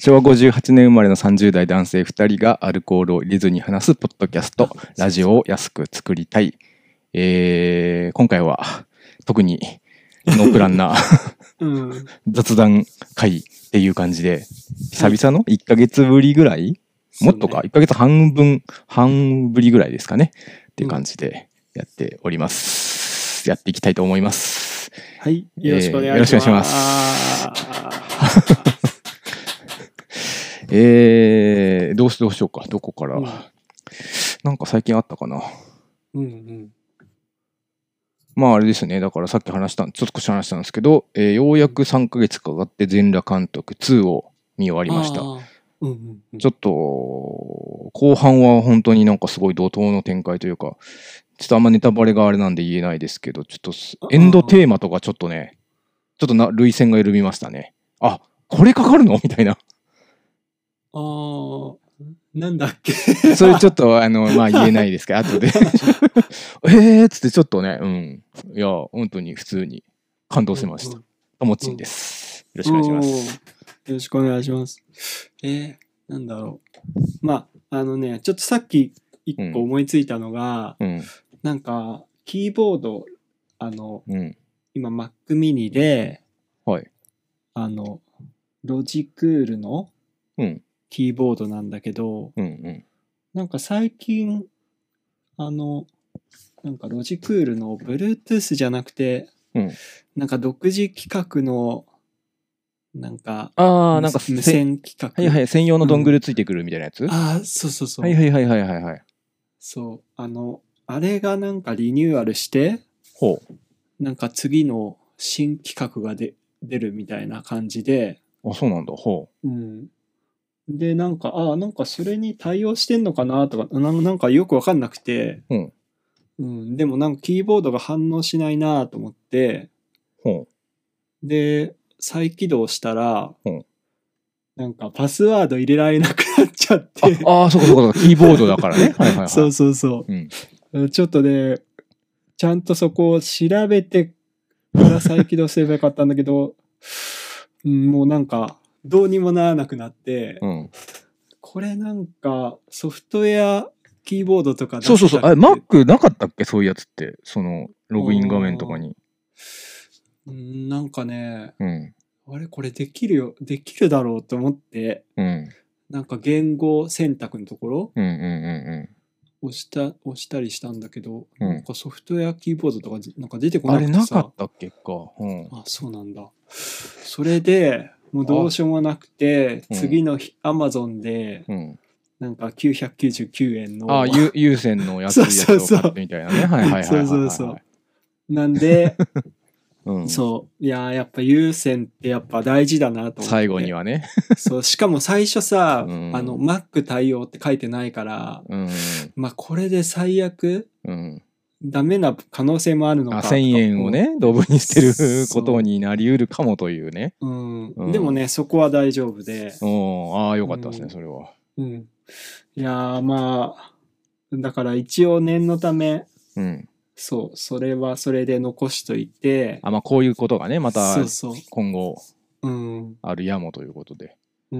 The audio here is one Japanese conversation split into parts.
昭和58年生まれの30代男性2人がアルコールを入れずに話すポッドキャストラジオを安く作りたい。今回は特にノープランな雑談会っていう感じで、久々の1ヶ月ぶりぐらい、もっとか、1ヶ月半ぶりぐらいですかねっていう感じでやっております。やっていきたいと思います。 はい、よろしくお願いします。 どうしようか、どこから、なんか最近あったかな。まああれですね、だからさっきちょっと少し話したんですけど、ようやく3ヶ月かかって全裸監督2を見終わりました。ちょっと後半は本当になんかすごい怒涛の展開というか、ちょっとあんまネタバレがあれなんで言えないですけど、ちょっとエンドテーマとかちょっとね、ちょっと涙腺が緩みましたね。あ、これかかるのみたいな。 なんだっけそれちょっとまあ言えないですけど、後でつってちょっとね、いや本当に普通に感動しました。ともちんです。よろしくお願いします。 よろしくお願いします。なんだろう。まあちょっとさっき一個思いついたのが、なんかキーボード今 Mac mini で、ロジクールのキーボードなんだけど、なんか最近なんかロジクールの Bluetooth じゃなくて、なんか独自規格のなんか無線規格、 はいはい、専用のドングルついてくるみたいなやつ、 そうはい。 そうあれがなんかリニューアルして、なんか次の新規格が出るみたいな感じで、 そうなんだ。 でなんかそれに対応してんのかなとかなんかよく分かんなくて、でもなんかキーボードが反応しないなと思って、で再起動したら、なんかパスワード入れられなくなっちゃって、 そうかキーボードだからね。 そう、ちょっとねちゃんとそこを調べてから再起動すればよかったんだけど、もうなんかどうにもならなくなって、これなんかソフトウェアキーボードとか出せたっけ？あれ Mac なかったっけ、そういうやつって、そのログイン画面とかに。 なんかね、あれこれできるだろうと思って、なんか言語選択のところ押したりしたんだけど、なんかソフトウェアキーボードとかなんか出てこなくてさ。 あれなかったっけか。 そうなんだ。それでもうどうしようもなくて、次の日 Amazon で、なんか999円の有線のやつを買ってみたいなね。 そうなんでそういやっぱ有線ってやっぱ大事だなと思って、 最後にはねそうしかも最初さ、Mac 対応って書いてないから、まあこれで最悪、ダメな可能性もあるのか。 1000円をねドブに捨てることになりうるかもというね。 でもねそこは大丈夫で、 よかったですね、それは。 いやまあだから一応念のため、それはそれで残しといて、 まあこういうことがねまた今後あるやもということで。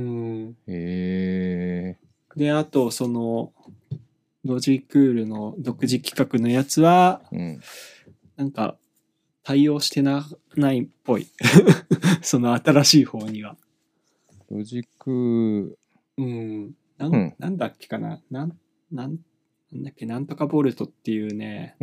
であとそのロジクールの独自規格のやつは、なんか対応してないっぽいその新しい方には。 ロジクなんだっけかな、なんだっけ、なんとかボルトっていうね、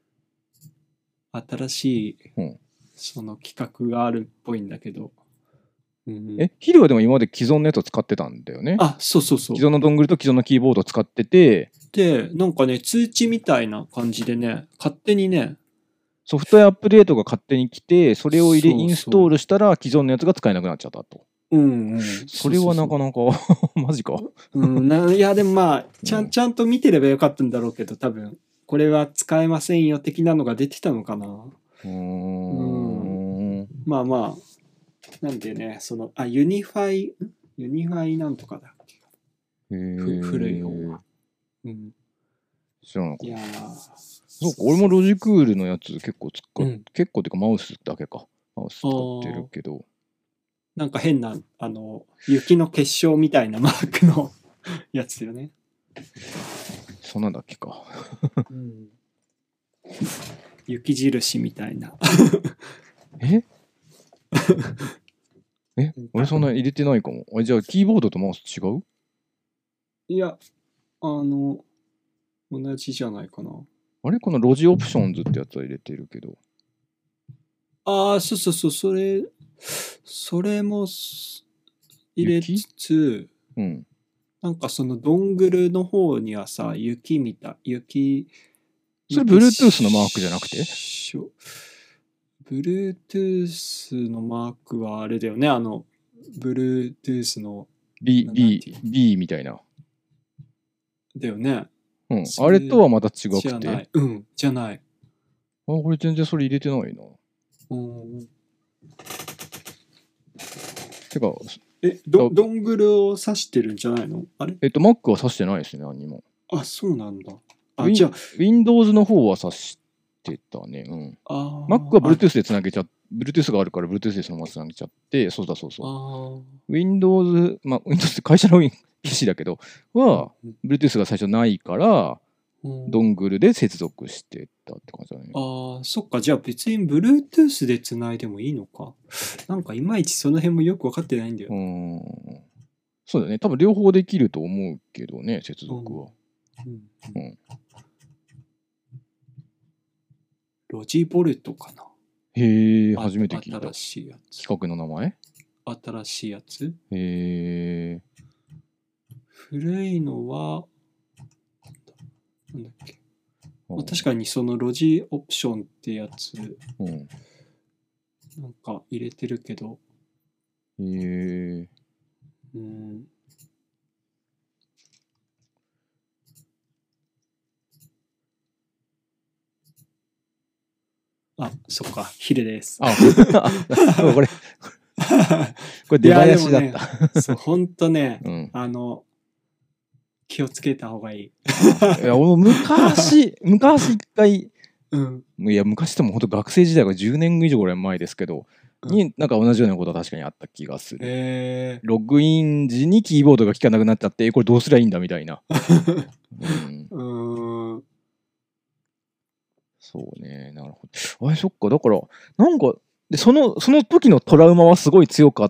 新しい、その規格があるっぽいんだけど。 ヒデはでも今まで既存のやつを使ってたんだよね。 そう既存のドングルと既存のキーボードを使ってて、 でなんかね通知みたいな感じでね、勝手にねソフトウェアアップデートが勝手に来て、それをインストールしたら既存のやつが使えなくなっちゃったと。それはなかなかマジか。 いやでもまあちゃんと見てればよかったんだろうけど、多分これは使えませんよ的なのが出てたのかな。まあなんでね、そのユニファイなんとかだっけ、古い方は。 知らなかった。いやそうか、俺もロジクールのやつ結構結構っていうかマウスだけか。マウス使ってるけど。 なんか変な、雪の結晶みたいなマークのやつよね。 そんなんだっけか。 うん、雪印みたいな。 え俺そんな入れてないかも。じゃあキーボードとマウス違う？ いや、同じじゃないかな。 あれこのロジオプションズってやつは入れてるけど。 ああ、そうそうそう、それも入れつつ、 うん。 なんかそのドングルの方にはさ、雪。 それ Bluetooth のマークじゃなくて？ Bluetooth のマークはあれだよね、Bluetooth の B みたいな。 だよね。 うん。あれとはまた違くて。 じゃない。うん、じゃない。 俺全然それ入れてないな。てか、 ドングルを挿してるんじゃないの？あれ Mac は挿してないですね、何も。 あ、そうなんだ。 じゃあ、Windows の方は挿してたね。うん。Mac は Bluetooth でつなげちゃって、Bluetooth があるから Bluetooth でそのままつなげちゃって、そうそう。Windows って会社のPC だけど、は、Bluetooth が最初ないから、ドングルで接続してたって感じだね。 そっか。じゃあ別に Bluetooth でつないでもいいのか。なんかいまいちその辺もよく分かってないんだよ。 そうだね。多分両方できると思うけどね、接続は。 ロジボルトかな。 へえ、初めて聞いた。 新しいやつ。 企画の名前？ 新しいやつ？ へえ。 古いのは、なんだっけ。確かにそのロジオプションってやつ、なんか入れてるけど。 へえ。そっか、ヒデです。 これ出囃子だった。 そう、ほんとね、気をつけた方がいい。 いや、俺昔一回、いや、昔っても本当学生時代が10年以上ぐらい前ですけど、になんか同じようなことは確かにあった気がする。ログイン時にキーボードが効かなくなっちゃって、これどうすりゃいいんだみたいな。そうね、なるほど。そっか、だから、なんか、でその時のトラウマはすごい強かって、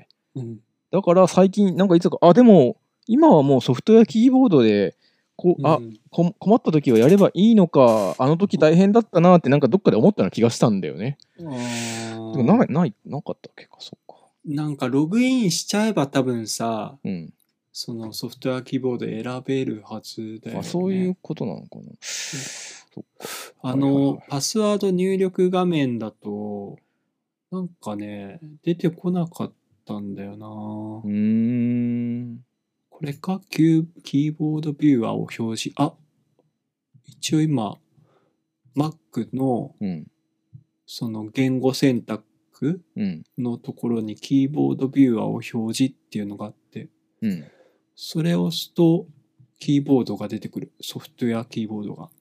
だから最近、なんかいつか、でも、今はもうソフトウェアキーボードで、困った時はやればいいのか、あの時大変だったなってなんかどっかで思ったような気がしたんだよね。でもなかったっけか、そっか。 なんかログインしちゃえば多分さ、そのソフトウェアキーボード選べるはずだよね。 そういうことなのかな。 そっか。パスワード入力画面だと、なんかね、出てこなかったんだよな。これか、キーボードビューアーを表示。一応今、Mac の、その言語選択のところにキーボードビューアーを表示っていうのがあって、それを押すとキーボードが出てくる。ソフトウェアキーボードが。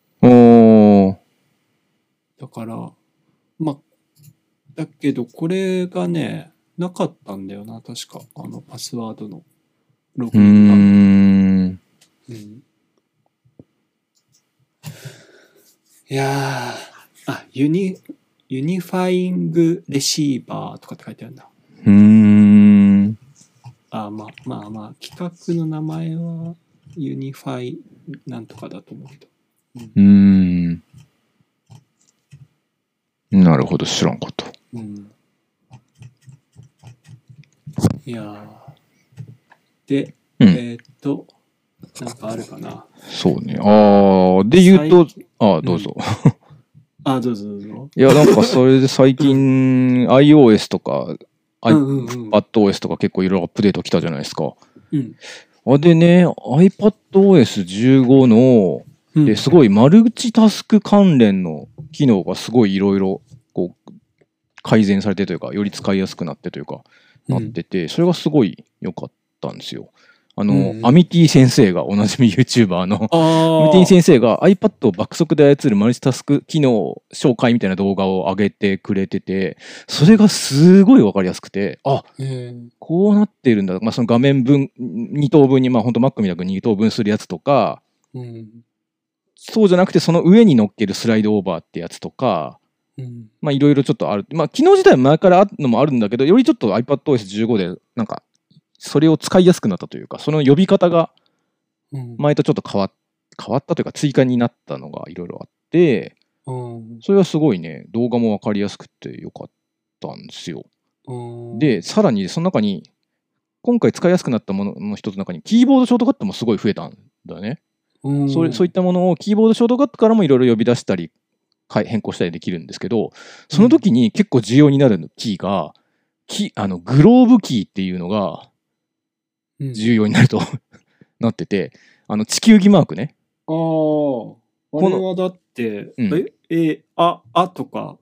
だから、だけどこれがね、なかったんだよな、確か。パスワードのログインが。いやー、ユニファイングレシーバーとかって書いてあるんだ。企画の名前はユニファイなんとかだと思うけど。 なるほど、知らんこと。 いやで、なんかあるかな。 そうね。で言うと、どうぞ。 どうぞ。 いや、なんかそれで最近 iOS とか iPadOS とか結構いろいろアップデート来たじゃないですか。でね、iPadOS15 の、すごいマルチタスク関連の機能がすごいいろいろ改善されてというか、より使いやすくなってというか、なってて、それがすごい良かったんですよ。 アミティ先生がおなじみ YouTuber のアミティあ先生が iPad を爆速で操るマルチタスク機能紹介みたいな動画を上げてくれてて、それがすごいわかりやすくて、あ、こうなってるんだ。まあ、その画面分2等分に、まあ本当 Mac みたいに2等分するやつとか、そうじゃなくてその上に乗っけるスライドオーバーってやつとか、まあいろいろちょっとある。まあ機能自体は前からあるのもあるんだけど、よりちょっと iPadOS15 でなんかそれを使いやすくなったというか、その呼び方が前とちょっと変わったというか追加になったのがいろいろあって、それはすごいね、動画もわかりやすくてよかったんですよ。で、さらにその中に今回使いやすくなったものの一つの中にキーボードショートカットもすごい増えたんだよね。そういったものをキーボードショートカットからもいろいろ呼び出したり変更したりできるんですけど、その時に結構重要になるキーが、グローブキーっていうのが重要になるとなってて、地球儀マークね。 あれはだって、とか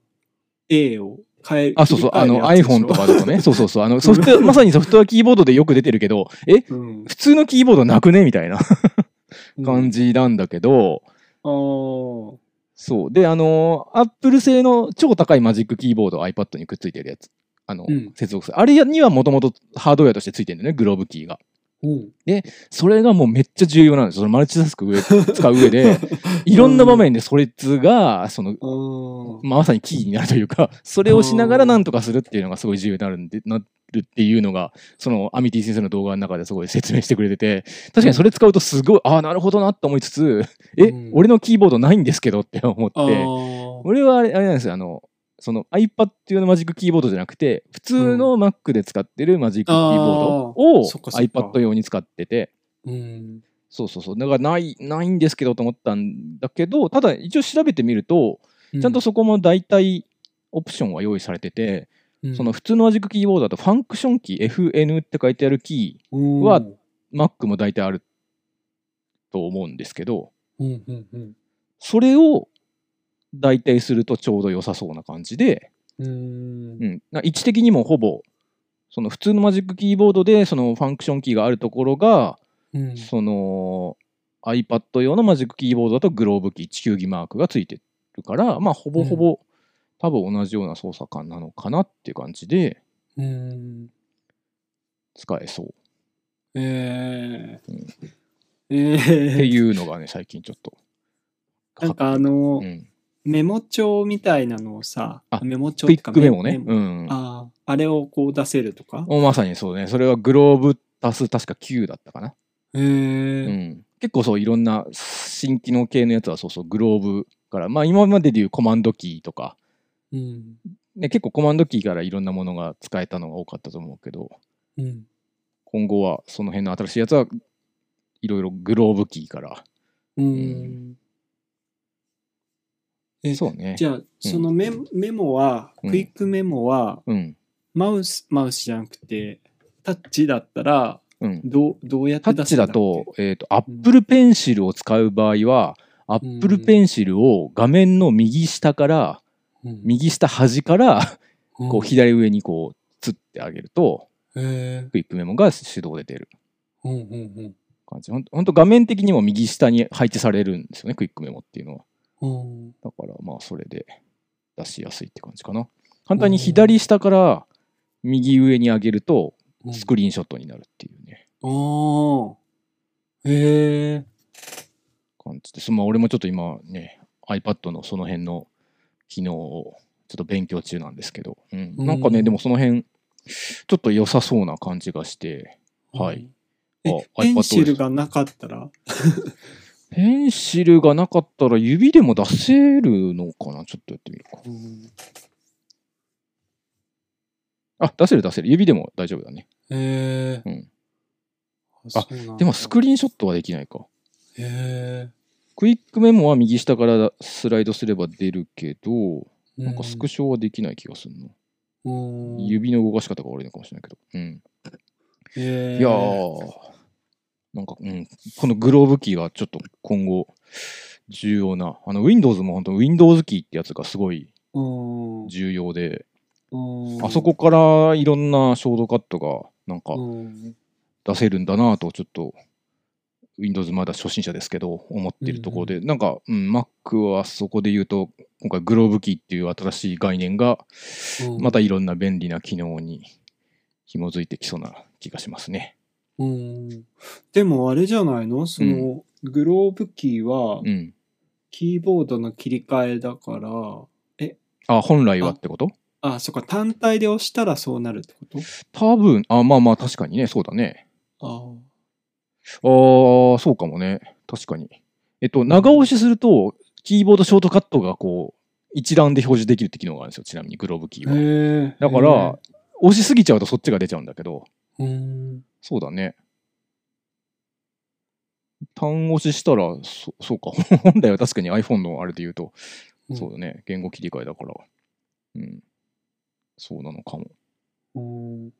A を変える。 そうそう、iPhone とかだとね、そう、まさにソフトウェアキーボードでよく出てるけど、普通のキーボードなくねみたいな感じなんだけど、そう。で、Apple 製の超高いマジックキーボード iPad にくっついてるやつ。接続する。あれにはもともとハードウェアとしてついてるんだよね、グローブキーが。で、それがもうめっちゃ重要なんですよ。そのマルチタスク使う上で、いろんな場面でそれが、まさにキーになるというか、それをしながらなんとかするっていうのがすごい重要になるっていうのが、そのアミティ先生の動画の中ですごい説明してくれてて、確かにそれ使うとすごい、なるほどなと思いつつ、俺のキーボードないんですけどって思って、俺はあれなんですよ、その iPad 用のマジックキーボードじゃなくて、普通の Mac で使ってるマジックキーボードを iPad 用に使ってて、そう。だからないんですけどと思ったんだけど、ただ一応調べてみると、ちゃんとそこも大体オプションは用意されてて、その普通のマジックキーボードだとファンクションキー FN って書いてあるキーは Mac も大体あると思うんですけど、それを代替するとちょうど良さそうな感じで、位置的にもほぼその普通のマジックキーボードでそのファンクションキーがあるところが、その iPad 用のマジックキーボードだとグローブキー地球儀マークがついてるから、まあほぼほぼ、多分同じような操作感なのかなっていう感じで使えそう。っていうのがね最近ちょっとなんかメモ帳みたいなのをさ、メモ帳クイックメモね。 あれをこう出せるとか。 まさにそうね。それはグローブ足す確か9だったかな。結構そういろんな新機能系のやつはそうグローブから、まあ今まででいうコマンドキーとか、結構コマンドキーからいろんなものが使えたのが多かったと思うけど、今後はその辺の新しいやつはいろいろグローブキーから。そうね。 じゃあそのメモは、クイックメモは、マウスじゃなくてタッチだったらどうやって出すんだっけ？ タッチだと、Apple Pencil を使う場合は、Apple Pencil を画面の右下から、右下端からこう左上にこうつってあげると、クイックメモが手動で出る感じ。ほんと画面的にも右下に配置されるんですよね、クイックメモっていうのは。だからまあそれで出しやすいって感じかな。簡単に左下から右上に上げるとスクリーンショットになるっていうね。感じです。まあ俺もちょっと今ね iPad のその辺の機能をちょっと勉強中なんですけど、なんかねでもその辺ちょっと良さそうな感じがして、はい。 ペンシルがなかったらペンシルがなかったら指でも出せるのかな。ちょっとやってみるか。出せる。指でも大丈夫だね。でもスクリーンショットはできないか。クイックメモは右下からスライドすれば出るけど、なんかスクショはできない気がするの。指の動かし方が悪いのかもしれないけど。いやー。なんか、このグローブキーがちょっと今後重要な、Windows も本当 Windows キーってやつがすごい重要で、あそこからいろんなショートカットがなんか出せるんだなとちょっと Windows まだ初心者ですけど思ってるところで、なんか、Mac はそこで言うと今回グローブキーっていう新しい概念がまたいろんな便利な機能に紐づいてきそうな気がしますね。 でもあれじゃないの、その、グローブキーはキーボードの切り替えだから、 本来はってこと？ そっか、単体で押したらそうなるってこと？ 多分、まあ確かにね、そうだね。そうかもね。確かに。長押しすると、キーボードショートカットがこう、一覧で表示できるって機能があるんですよ。ちなみにグローブキーは。だから、押しすぎちゃうとそっちが出ちゃうんだけど。そうだね。単押ししたら、そうか。本来は確かに iPhone のあれで言うと、そうだね。言語切り替えだから。そうなのかも。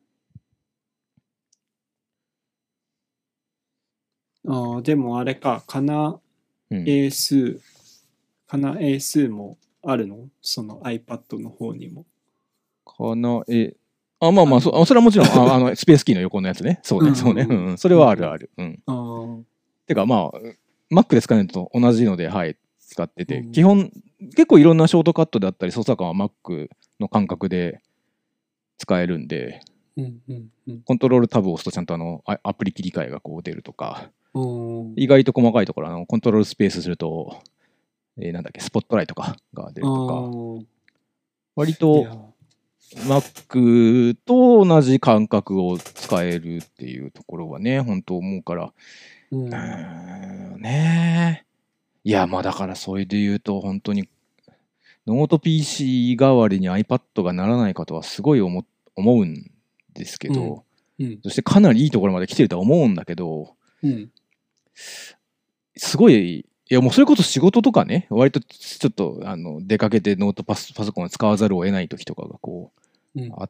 でもあれか、かな英数もあるの？その iPad の方にも。 まあ、それはもちろん、スペースキーの横のやつね。そうね。それはあるある。てか、まあ、Mac で使えるのと同じので、はい、使ってて、基本、結構いろんなショートカットであったり、操作感は Mac の感覚で使えるんで、コントロールタブを押すとちゃんとアプリ切り替えがこう出るとか、意外と細かいところ、コントロールスペースすると、なんだっけ、スポットライトが出るとか、割と Mac と同じ感覚を使えるっていうところはね、本当思うから、ね。いや、まあだからそれで言うと、本当に、ノート PC 代わりに iPad がならないかとはすごい思うんですけど、そしてかなりいいところまで来てるとは思うんだけど、すごい、いやもうそれこそ仕事とかね、割とちょっと出かけてノートパソコンを使わざるを得ない時とかがこう、あって、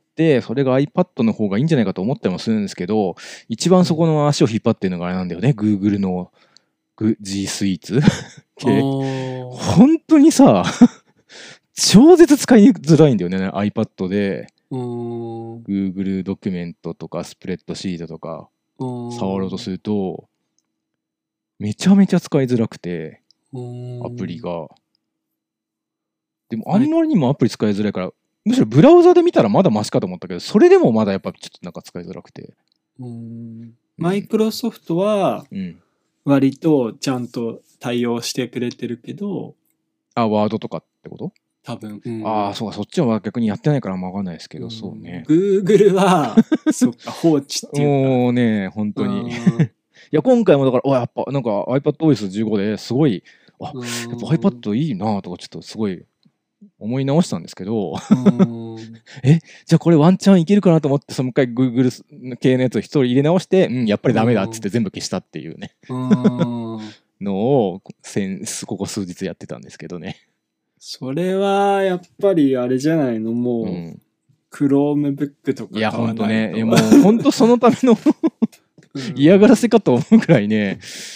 それが iPad の方がいいんじゃないかと思ったりもするんですけど、一番そこの足を引っ張ってるのがあれなんだよね、Google のG Suite 系。本当にさ、超絶使いづらいんだよね、iPad で。Google ドキュメントとかスプレッドシートとか触ろうとすると、めちゃめちゃ使いづらくて、アプリが。でもあんまりにもアプリ使いづらいから、むしろブラウザで見たらまだマシかと思ったけど、それでもまだやっぱちょっとなんか使いづらくて。 マイクロソフトは割とちゃんと対応してくれてるけど、 ワードとかってこと？多分。そうか、そっちは逆にやってないからわかんないですけど、そうね。 Google は、そっか、放置っていうか。 もうね、本当に。いや、今回もだから、やっぱなんか iPadOS15 ですごい、やっぱ iPad いいなとかちょっとすごい思い直したんですけど、じゃあこれワンチャンいけるかなと思って、もう一回 Google 系のやつを一人入れ直して、やっぱりダメだっつって全部消したっていうね、のをここ数日やってたんですけどね。 それはやっぱりあれじゃないの、もう、Chromebook とか買わないと。 いや、ほんとね、もうほんとそのための嫌がらせかと思うくらいね、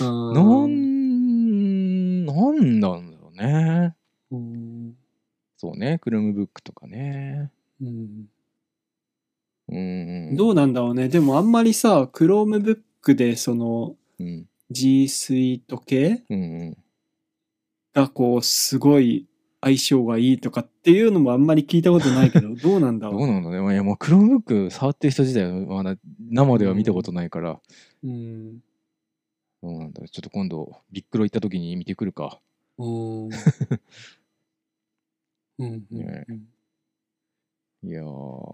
なんなんだろうね。そうね、Chromebook とかね。 どうなんだろうね。でもあんまりさ、Chromebook でその、G Suite 系がこう、すごい相性がいいとかっていうのもあんまり聞いたことないけど、どうなんだろう。 どうなんだね。いや、もう Chromebook 触ってる人自体はまだ生では見たことないから。どうなんだろう。ちょっと今度、ビックロ行った時に見てくるか。いやー、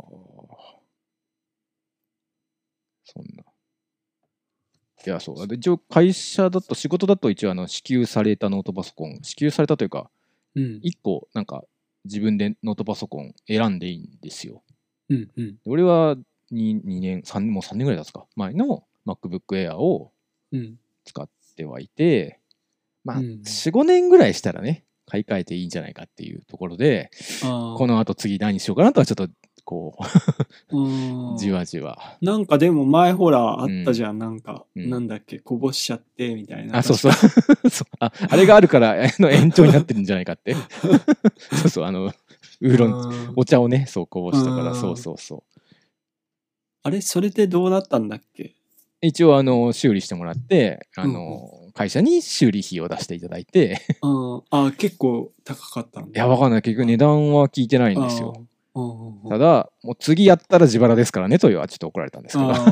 そんな。いや、そう。一応、会社だと、仕事だと一応、支給されたノートパソコン、支給されたというか、1個、なんか、自分でノートパソコン選んでいいんですよ。俺は2年、もう3年ぐらい経つか、前の MacBook Air を使ってはいて、まあ、4、5年ぐらいしたらね、買い替えていいんじゃないかっていうところで、この後次何しようかなとはちょっとこうじわじわ。 なんかでも前ほらあったじゃん、なんか、なんだっけ、こぼしちゃってみたいな。 そうそうあれがあるから延長になってるんじゃないかってそうそう、ウーロンお茶をね、そうこぼしたから、そう。 あれそれでどうなったんだっけ？ 一応修理してもらって会社に修理費を出していただいて結構高かったんいやわかんない結局値段は聞いてないんですよ。 たただもう次やったら自腹ですからねとはちょっと怒られたんですけど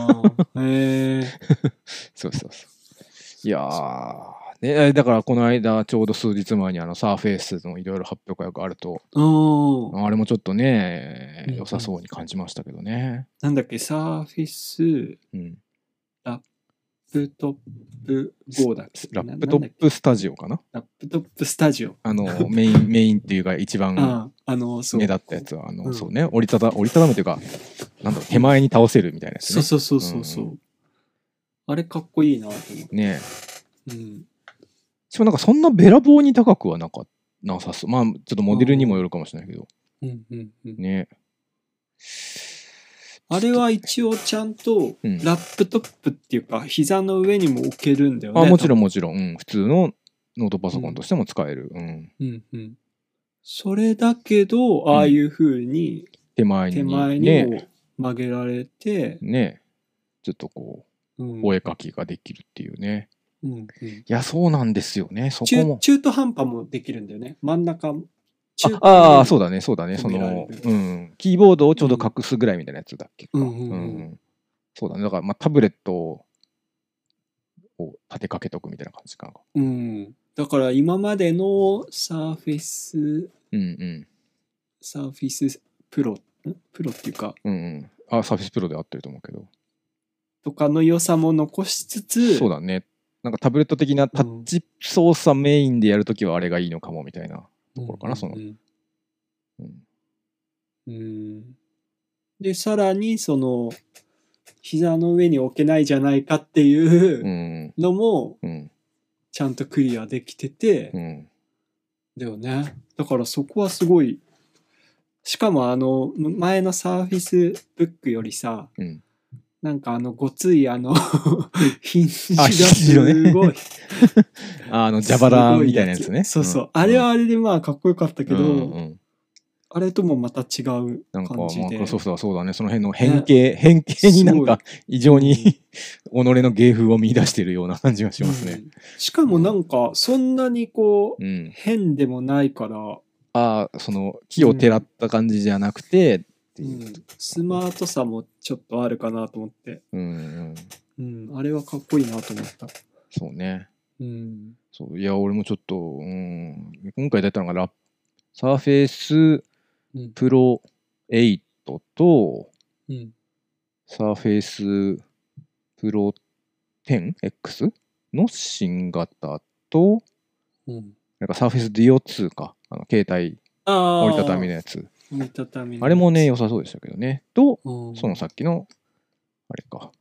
そうそうそういやーねだからこの間ちょうど数日前にサーフェイスのいろいろ発表会があるとあれもちょっとね良さそうに感じましたけどね。 なんだっけサーフェイス、ラップトップ5だっけラップトップスタジオかなラップトップスタジオメインっていうか一番目立ったやつはそうね折りたたむというかなんだろう手前に倒せるみたいなやつね。 そうあれかっこいいなと思ってねしかもなんかそんなべらぼうに高くはなさそうまあちょっとモデルにもよるかもしれないけどねあれは一応ちゃんとラップトップっていうか膝の上にも置けるんだよね。 もちろん普通のノートパソコンとしても使える。 それだけどああいう風に手前にも曲げられてねちょっとこうお絵描きができるっていうね。いやそうなんですよね。そこも中途半端もできるんだよね。真ん中そうだねそのキーボードをちょうど隠すぐらいみたいなやつだっけそうだねだからタブレットを立てかけとくみたいな感じかな。 だから今までのサーフェスプロっていうかサーフェスプロで合ってると思うけどとかの良さも残しつつそうだねなんかタブレット的なタッチ操作メインでやるときはあれがいいのかもみたいなところかなでさらにその膝の上に置けないじゃないかっていうのもちゃんとクリアできててだよね。だからそこはすごいしかも前のサーフィスブックよりさなんかごついヒンジがすごい蛇腹みたいなやつね。 そうあれはあれでまあかっこよかったけどあれともまた違う感じでなんかマイクロソフトはそうだねその辺の変形になんか異常に己の芸風を見出してるような感じがしますね。 しかもなんかそんなにこう変でもないからその木をてらった感じじゃなくてスマートさもちょっとあるかなと思ってあれはかっこいいなと思った。 そうねそういや俺もちょっと今回出たのがサーフェイスプロ8とサーフェイスプロ 10X の新型となんかサーフェイスデュオ2か携帯折りたたみのやつあれもね良さそうでしたけどねとそのさっきのあれか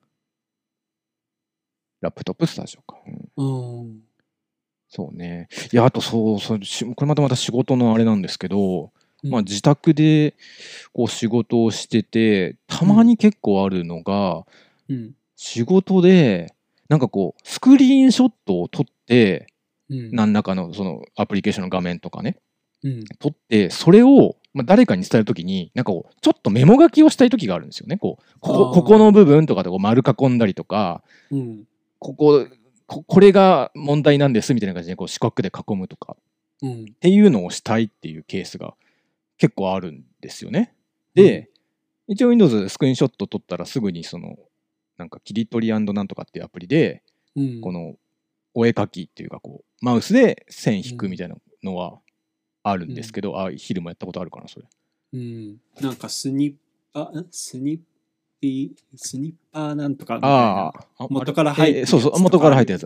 ラップトップスタジオかそうねいやあとこれまた仕事のあれなんですけど自宅でこう仕事をしててたまに結構あるのが仕事でなんかこうスクリーンショットを撮って何らかのそのアプリケーションの画面とかね撮ってそれを誰かに伝えるときになんかこうちょっとメモ書きをしたいときがあるんですよね。ここの部分とかでこう丸囲んだりとかこれが問題なんですみたいな感じでこう四角で囲むとかっていうのをしたいっていうケースが結構あるんですよね。で、一応 Windows でスクリーンショット撮ったらすぐにそのなんか切り取り&なんとかっていうアプリでこのお絵描きっていうかこうマウスで線引くみたいなのはあるんですけど昼もやったことあるかなそれ。 なんかスニッパーなんとかみたいな元から入ってるやつそう元から入ったやつ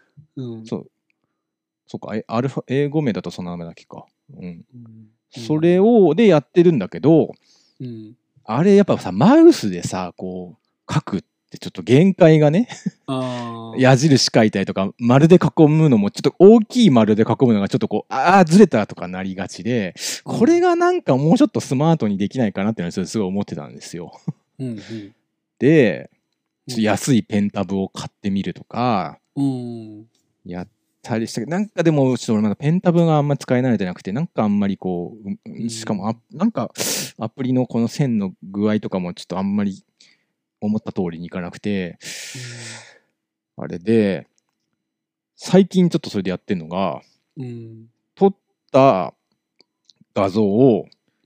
そうか英語名だとその名前だっけかそれでやってるんだけどあれやっぱさマウスでさこう書くってちょっと限界がね矢印書いたりとか丸で囲むのもちょっと大きい丸で囲むのがちょっとこうずれたとかなりがちでこれがなんかもうちょっとスマートにできないかなっていうのはすごい思ってたんですよ。で安いペンタブを買ってみるとかやったりしたけどなんかでもちょっと俺まだペンタブがあんまり使い慣れてなくてなんかあんまりこうしかもなんかアプリのこの線の具合とかもちょっとあんまり思った通りにいかなくて、あれで最近ちょっとそれでやってるのが、撮った画像を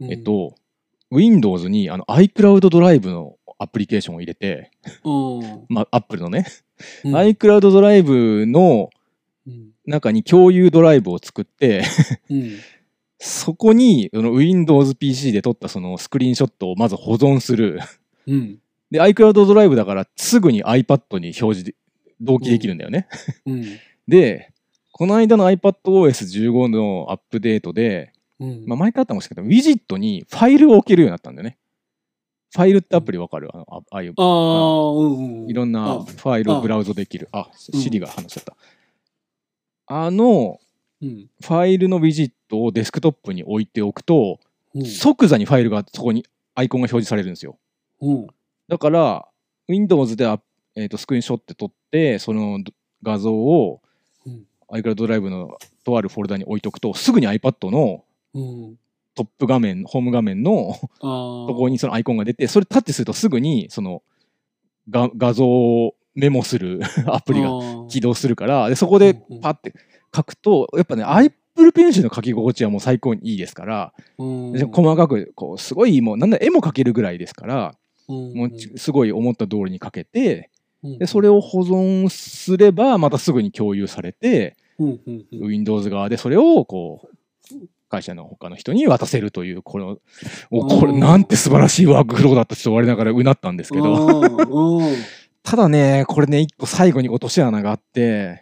Windows にiCloud ドライブのアプリケーションを入れて、Apple のね、iCloud ドライブの中に共有ドライブを作ってそこにWindows PC で撮ったそのスクリーンショットをまず保存する。で iCloud ドライブだからすぐに iPad に表示同期できるんだよね。でこの間の iPadOS15 のアップデートで、前からあったかもしれないけど、ウィジットにファイルを置けるようになったんだよね。ファイルってアプリわかる？ああいういろんなファイルをブラウザできる。Siri が話しちゃった。ファイルのウィジットをデスクトップに置いておくと、即座にファイルがそこにアイコンが表示されるんですよ。だから Windows でスクリーンショット撮ってその画像をiCloud ドライブのとあるフォルダに置いとくと、すぐに iPad のトップ画面、ホーム画面のところにそのアイコンが出て、それタッチするとすぐにその画像をメモするアプリが起動するから、でそこでパッて書くと、やっぱね Apple Pencil の書き心地はもう最高にいいですから、細かくこうすごいもうなんだ絵も描けるぐらいですから、もうすごい思った通りに書けて、でそれを保存すればまたすぐに共有されて、Windows 側でそれをこう会社の他の人に渡せるという、これなんて素晴らしいワークフローだったと我ながらうなったんですけどただね、これね、一個最後に落とし穴があって、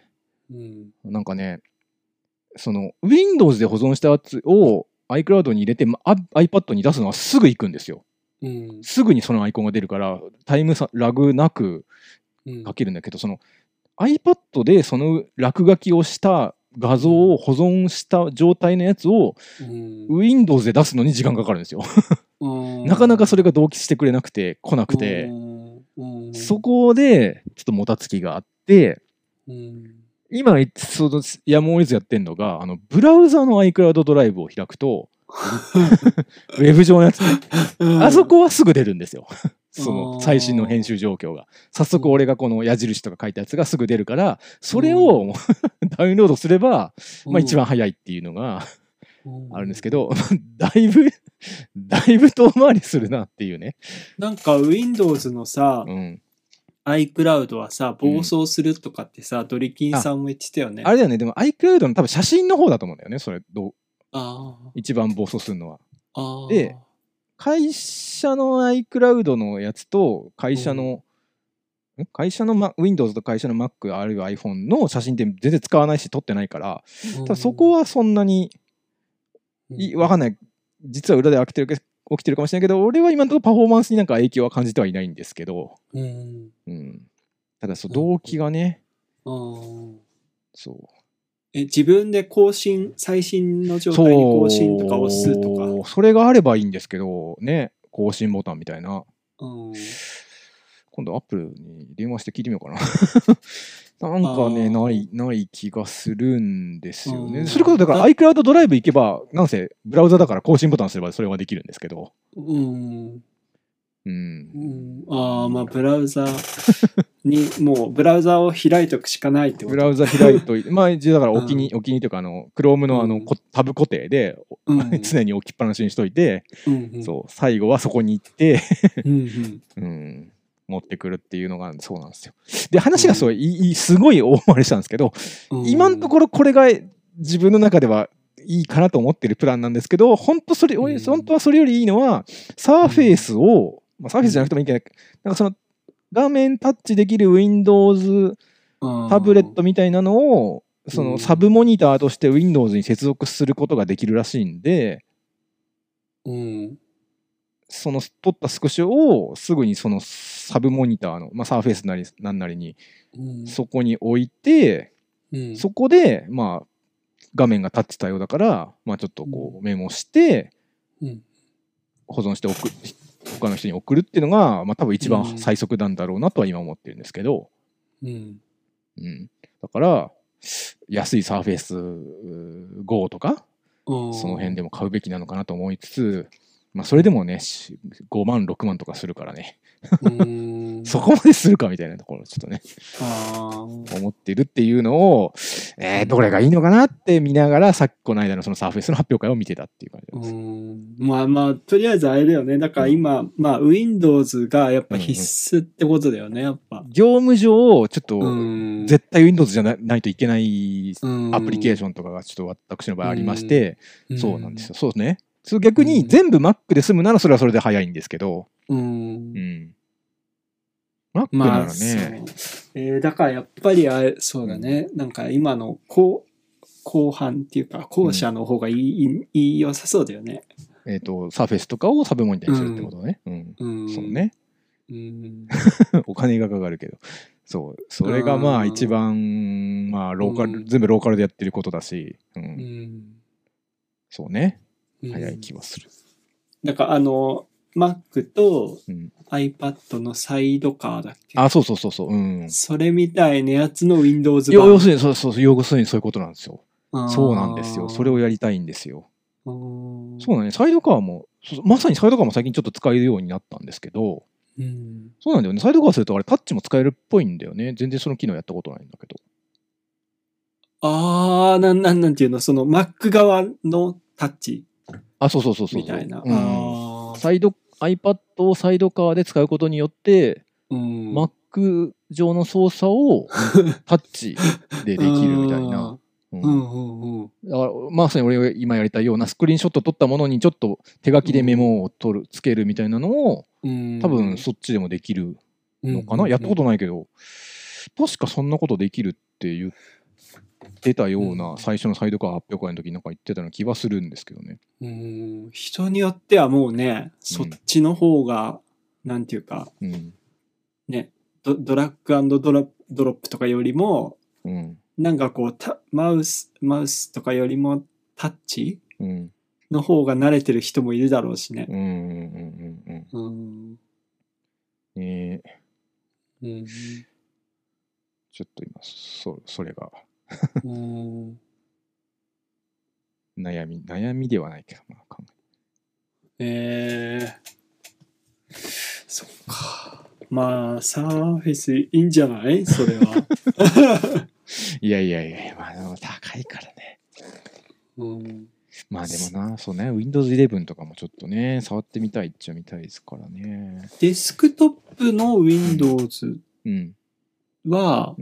なんかね、その Windows で保存したやつを iCloud に入れて、iPad に出すのはすぐ行くんですよ。すぐにそのアイコンが出るからタイムラグなく書けるんだけど、その iPad でその落書きをした画像を保存した状態のやつを Windows で出すのに時間かかるんですよなかなかそれが同期してくれなくて来なくて、そこでちょっともたつきがあって、今そのやむを得ずやってるのが、ブラウザの iCloud ドライブを開くとウェブ上のやつね、あそこはすぐ出るんですよその最新の編集状況が早速俺がこの矢印とか書いたやつがすぐ出るから、それをダウンロードすれば一番早いっていうのがあるんですけど、だいぶ遠回りするなっていうね。 なんか Windows のさ、iCloud はさ暴走するとかってさ、ドリキンさんも言ってたよね。 あれだよね。でも iCloud の多分写真の方だと思うんだよね、それ一番暴走するのは。で会社の iCloud のやつと会社の、Windows と会社の Mac あるいは iPhone の写真って全然使わないし撮ってないから、ただそこはそんなにわかんない。実は裏で起きてるかもしれないけど、俺は今のところパフォーマンスになんか影響は感じてはいないんですけど、ただ動機がね、そう自分で最新の状態に更新とか押すとか、 それがあればいいんですけどね、更新ボタンみたいな。今度アップルに電話して聞いてみようかななんかね、ない気がするんですよね。それこそだから iCloud ドライブ行けば、なんせブラウザだから更新ボタンすればそれはできるんですけど。 まあブラウザにもうブラウザを開いとくしかないってこと。 ブラウザ開いとまあだから置きにというかChrome のタブ固定で常に置きっぱなしにしといて、そう最後はそこに行って持ってくるっていうのがそうなんですよ。で話がすごい大回りしたんですけど、今のところこれが自分の中ではいいかなと思ってるプランなんですけど、本当はそれよりいいのはサーフェイスを、サーフェイスじゃなくてもいいけど、なんかその画面タッチできる Windows タブレットみたいなのをそのサブモニターとして Windows に接続することができるらしいんで、その撮ったスクショをすぐにそのサブモニターの、サーフェイスなりなんなりにそこに置いて、そこで画面がタッチ対応だから、ちょっとこうメモして保存して他の人に送るっていうのが、多分一番最速なんだろうなとは今思ってるんですけど、だから安いサーフェイス Go とかその辺でも買うべきなのかなと思いつつ、それでもね5万6万とかするからねそこまでするかみたいなところをちょっとね思ってるっていうのを、どれがいいのかなって見ながら、さっきこの間のそのサーフェスの発表会を見てたっていう感じです。 まあまあ、とりあえずあれだよね。だから今、まあ Windows がやっぱ必須ってことだよね、やっぱ。 業務上、ちょっと絶対 Windows じゃないといけないアプリケーションとかがちょっと私の場合ありまして、そうなんですよ。そうですね。逆に全部 Mac で済むならそれはそれで早いんですけど、Mac ならね。 だからやっぱりそうだね。なんか今の後半っていうか、後者の方が良さそうだよね。 サーフェスとかをサブモニターにするってことね。そうね。お金がかかるけど。そう。それがまあ一番、まあローカル、全部ローカルでやってることだし、そうね。早い気はする。 だからMac と iPad のサイドカーだっけ？ あ、そうそうそうそう。 それみたいなやつの Windows 版。 要するに、要するにそういうことなんですよ。そうなんですよ。それをやりたいんですよ。そうなんね。サイドカーも、まさにサイドカーも最近ちょっと使えるようになったんですけど、そうなんだよね。サイドカーするとあれタッチも使えるっぽいんだよね。全然その機能やったことないんだけど。 なんていうの、その Mac 側のタッチ。 そう。 みたいな。 iPad をサイドカーで使うことによって、Mac 上の操作をタッチでできるみたいな。だからまさに俺が今やりたいようなスクリーンショット撮ったものにちょっと手書きでメモをつけるみたいなのを多分そっちでもできるのかな。やったことないけど確かそんなことできるって言ってたような最初のサイドカー発表会の時になんか言ってたような気はするんですけどね。 人によってはもうね、そっちの方がなんていうか、ね、ドラッグ&ドロップとかよりも、なんかこうマウスとかよりもタッチの方が慣れてる人もいるだろうしね。 ちょっと今それが悩みではないけど、まあ、考えそっか。まあサーフェスいいんじゃないそれは。 いや、まあでも高いからね。まあでもな、そうね、Windows 11とかもちょっとね、触ってみたいっちゃみたいですからね。 デスクトップの Windows は、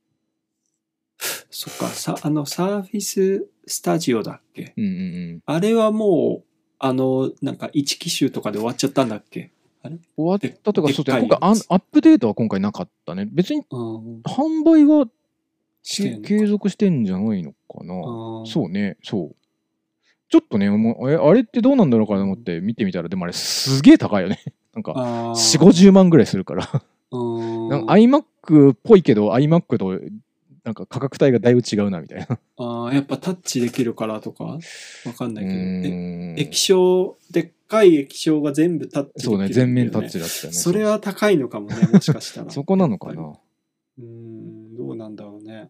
そっか、サーフィススタジオだっけ？あれはもう、なんか1機種とかで終わっちゃったんだっけ？あれ終わったとか、そうだね。今回アップデートは今回なかったね。別に販売は継続してんじゃないのかな。そうね、そう。ちょっとね、もうあれってどうなんだろうかと思って見てみたら、でもあれすげえ高いよね。なんか4、50万ぐらいするから。なんか iMac っぽいけど iMac となんか価格帯がだいぶ違うなみたいな。 やっぱタッチできるからとかわかんないけど。液晶、でっかい液晶が全部タッチできる、 そうね、全面タッチだったよね。 それは高いのかもね、もしかしたら。 そこなのかな。 どうなんだろうね。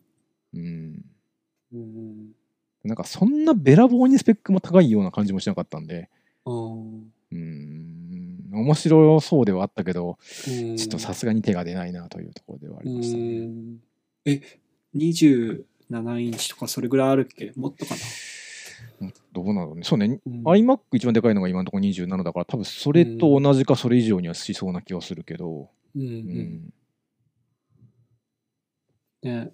なんかそんなべらぼうにスペックも高いような感じもしなかったんで。面白そうではあったけど、ちょっとさすがに手が出ないなというところではありましたね。 27インチとかそれぐらいあるっけ？もっとかな？ どうなのね。そうね、iMac 一番でかいのが今のところ27だから、多分それと同じかそれ以上にはしそうな気はするけど。 ね。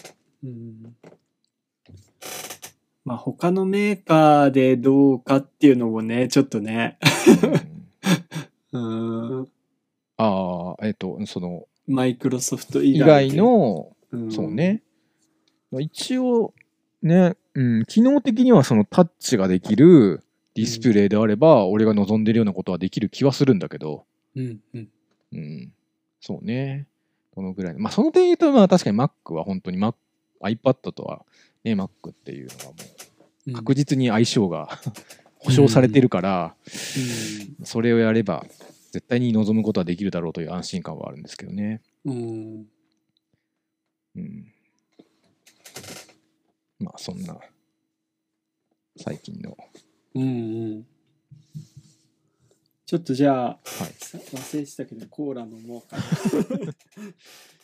まあ他のメーカーでどうかっていうのもね、ちょっとね。 そのマイクロソフト以外の、そうね。一応ね、機能的にはそのタッチができるディスプレイであれば、俺が望んでるようなことはできる気はするんだけど。そうね。どのぐらい。まあその点言うと、まあ確かに Mac は本当にiPad とはね、Mac っていうのはもう確実に相性が保証されてるから、それをやれば絶対に望むことはできるだろうという安心感はあるんですけどね。まあそんな最近の。 ちょっとじゃあ、 はい。 忘れてたけど、コーラ飲もうかな。